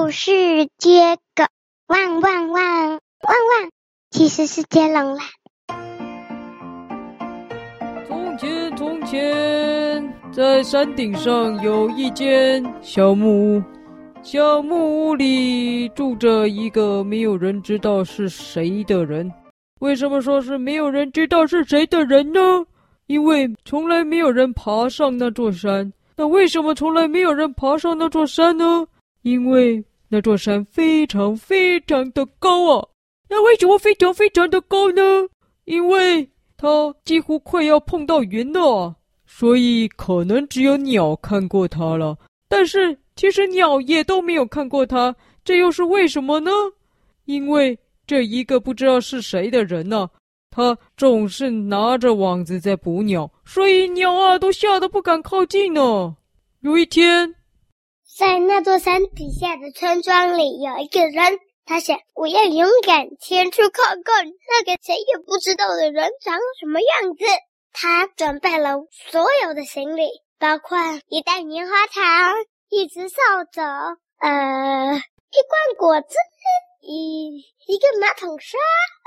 不是接个汪汪汪汪汪，其实是接龙啦。 从前，在山顶上有一间小木屋，小木屋里住着一个没有人知道是谁的人。为什么说是没有人知道是谁的人呢？因为从来没有人爬上那座山。那为什么从来没有人爬上那座山呢？因为那座山非常非常的高啊。那为什么非常非常的高呢？因为它几乎快要碰到云了啊，所以可能只有鸟看过它了。但是其实鸟也都没有看过它，这又是为什么呢？因为这一个不知道是谁的人啊，他总是拿着网子在捕鸟，所以鸟啊都吓得不敢靠近呢。有一天， 在那座山底下的村庄里有一个人，他想我要勇敢前去看看那个谁也不知道的人长什么样子。他准备了所有的行李，包括一袋棉花糖、一只扫帚、一罐果汁、一个马桶刷，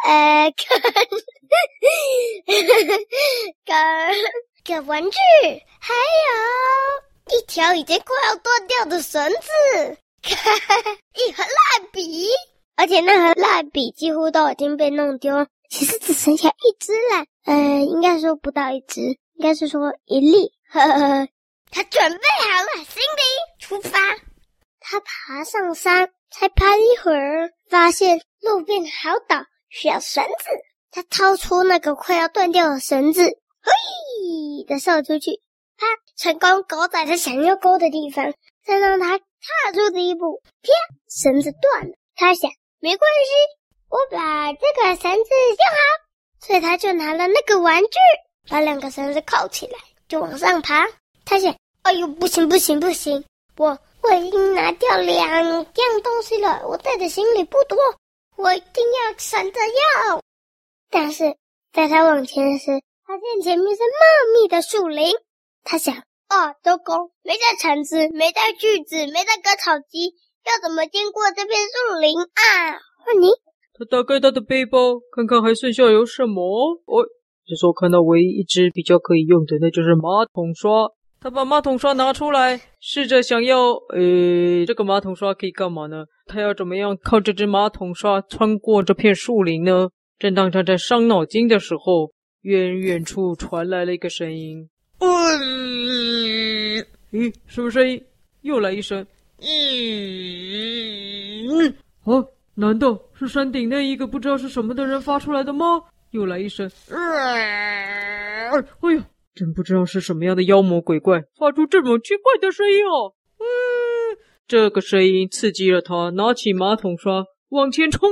个文具，还有一条已经快要断掉的绳子，一盒蜡笔，而且那盒蜡笔几乎都已经被弄丢了，其实只剩下一支了。应该说不到一支，应该是说一粒。他准备好了行李，出发。他爬上山，才爬一会儿，发现路变好陡，需要绳子。他掏出那个快要断掉的绳子，嘿的射出去，他成功勾在他想要勾的地方。再让他踏出第一步，啪，绳子断了。他想，没关系，我把这个绳子用好，所以他就拿了那个玩具，把两个绳子扣起来，就往上爬。他想，哎呦，不行，我已经拿掉2样东西了，我带的行李不多，我一定要省着用。但是在他往前时，发现前面是茂密的树林。他想，糟糕，没带铲子，没带锯子，没带割草机，要怎么经过这片树林啊？换你。 他打开他的背包，看看还剩下有什么。这时候看到唯一一支比较可以用的，那就是马桶刷。他把马桶刷拿出来，试着想要，这个马桶刷可以干嘛呢？他要怎么样靠这只马桶刷穿过这片树林呢？正当他在伤脑筋的时候，远处传来了一个声音。咦，什么声音？又来一声。难道是山顶那一个不知道是什么的人发出来的吗？又来一声。哎呀，真不知道是什么样的妖魔鬼怪发出这么奇怪的声音哦。这个声音刺激了他，拿起马桶刷往前冲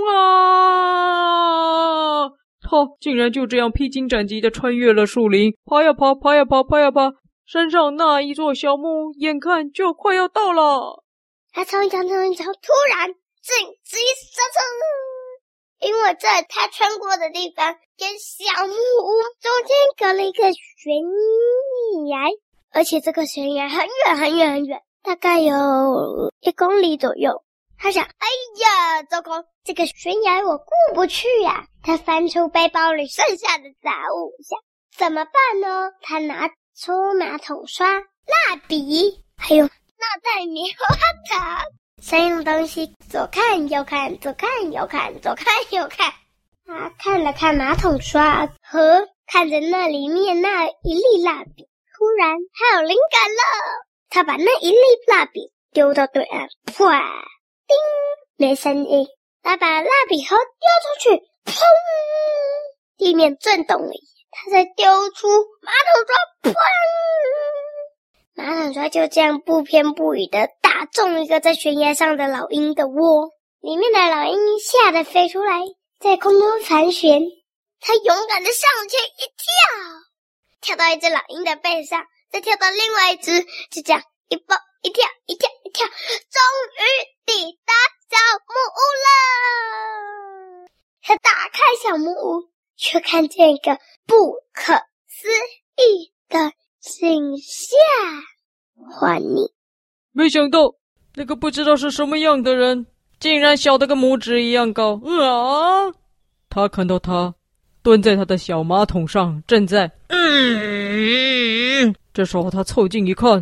啊！他竟然就这样披荆斩棘地穿越了树林，爬呀爬，爬呀爬，爬呀爬，山上那一座小木屋眼看就快要到了。 他冲一冲，突然紧急刹车，因为在他穿过的地方跟小木屋中间隔了一个悬崖，而且这个悬崖很远很远很远，大概有1公里左右。他想，哎呀，糟糕，这个悬崖我过不去呀。他翻出背包里剩下的杂物，想怎么办呢？他拿出马桶刷、蜡笔，还有那袋棉花糖，3样东西左看右看，左看右看，左看右看。他看了看马桶刷和看着那里面那一粒蜡笔，突然他有灵感了。他把那一粒蜡笔丢到对岸，啪，叮，没声音。他把蜡笔盒丢出去，砰，地面震动了一下，他再丢出马桶刷，砰，马桶刷就这样不偏不倚的打中一个在悬崖上的老鹰的窝，里面的老鹰吓得飞出来，在空中盘旋。他勇敢的向前一跳，跳到一只老鹰的背上，再跳到另外一只，就这样一蹦一跳一跳一跳，终于抵达小木屋了。他打开小木屋，却看见一个不可思议的景象。换你。 没想到那个不知道是什么样的人，竟然小得跟拇指一样高啊！他看到他蹲在他的小马桶上，正在这时候他凑近一看，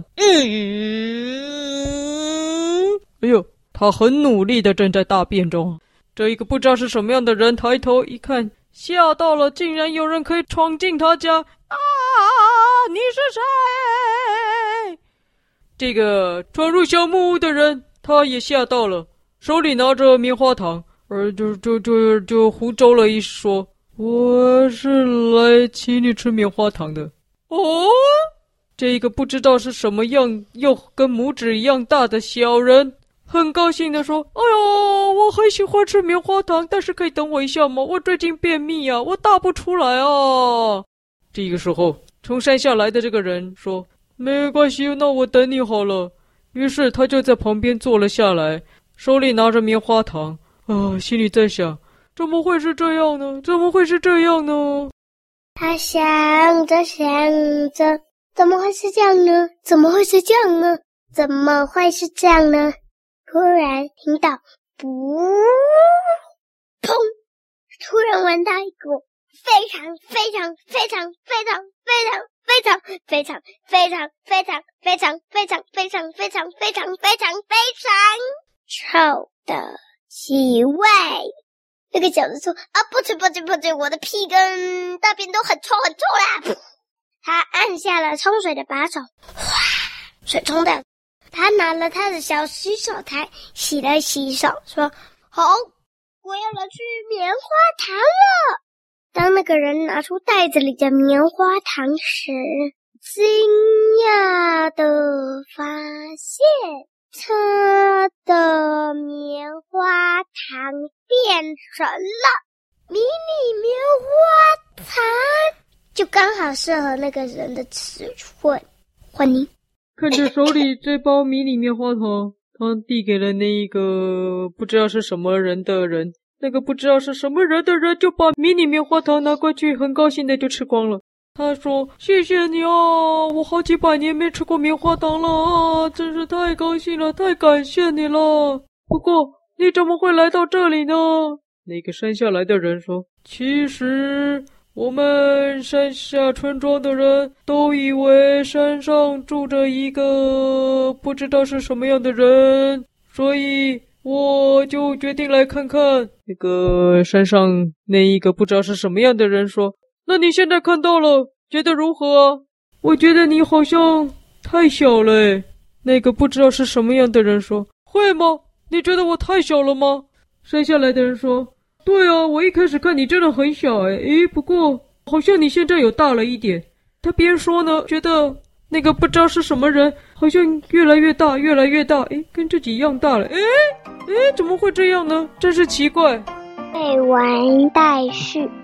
哎呦，他很努力的正在大便中。这一个不知道是什么样的人抬头一看，吓到了，竟然有人可以闯进他家啊！你是谁？这个闯入小木屋的人他也吓到了，手里拿着棉花糖，就胡诌了一说，我是来请你吃棉花糖的。哦，这个不知道是什么样又跟拇指一样大的小人很高兴地说，哎呦，我很喜欢吃棉花糖，但是可以等我一下吗？我最近便秘啊，我大不出来啊。这个时候从山下来的这个人说，没关系，那我等你好了。于是他就在旁边坐了下来，手里拿着棉花糖啊，心里在想，怎么会是这样呢？怎么会是这样呢？ 他想着想着，怎么会是这样呢？怎么会是这样呢？怎么会是这样呢？突然听到噗，砰！突然闻到一股非常非常非常非常非常非常非常非常非常非常非常非常非常非常非常非常臭的气味。那个小子说啊，不吃，我的屁跟大便都很臭啦。他按下了冲水的把手，哗，水冲掉。他拿了他的小洗手台洗了洗手，说好，我要拿去棉花糖了。当那个人拿出袋子里的棉花糖时，惊讶地发现他的棉花糖变成了迷你棉花糖，就刚好适合那个人的尺寸。换你。 看着手里这包迷你棉花糖，他递给了那一个不知道是什么人的人，那个不知道是什么人的人就把迷你棉花糖拿过去，很高兴的就吃光了。他说，谢谢你啊，我好几百年没吃过棉花糖了啊，真是太高兴了，太感谢你了。不过你怎么会来到这里呢？那个山下来的人说，其实我们山下村庄的人都以为山上住着一个不知道是什么样的人，所以我就决定来看看。那个山上那一个不知道是什么样的人说，那你现在看到了，觉得如何啊？我觉得你好像太小了诶。那个不知道是什么样的人说，会吗？你觉得我太小了吗？山下来的人说，对啊，我一开始看你真的很小诶，不过好像你现在有大了一点。他边说呢，觉得那个不知道是什么人好像越来越大越来越大，跟自己一样大了。怎么会这样呢？真是奇怪。 未完待续。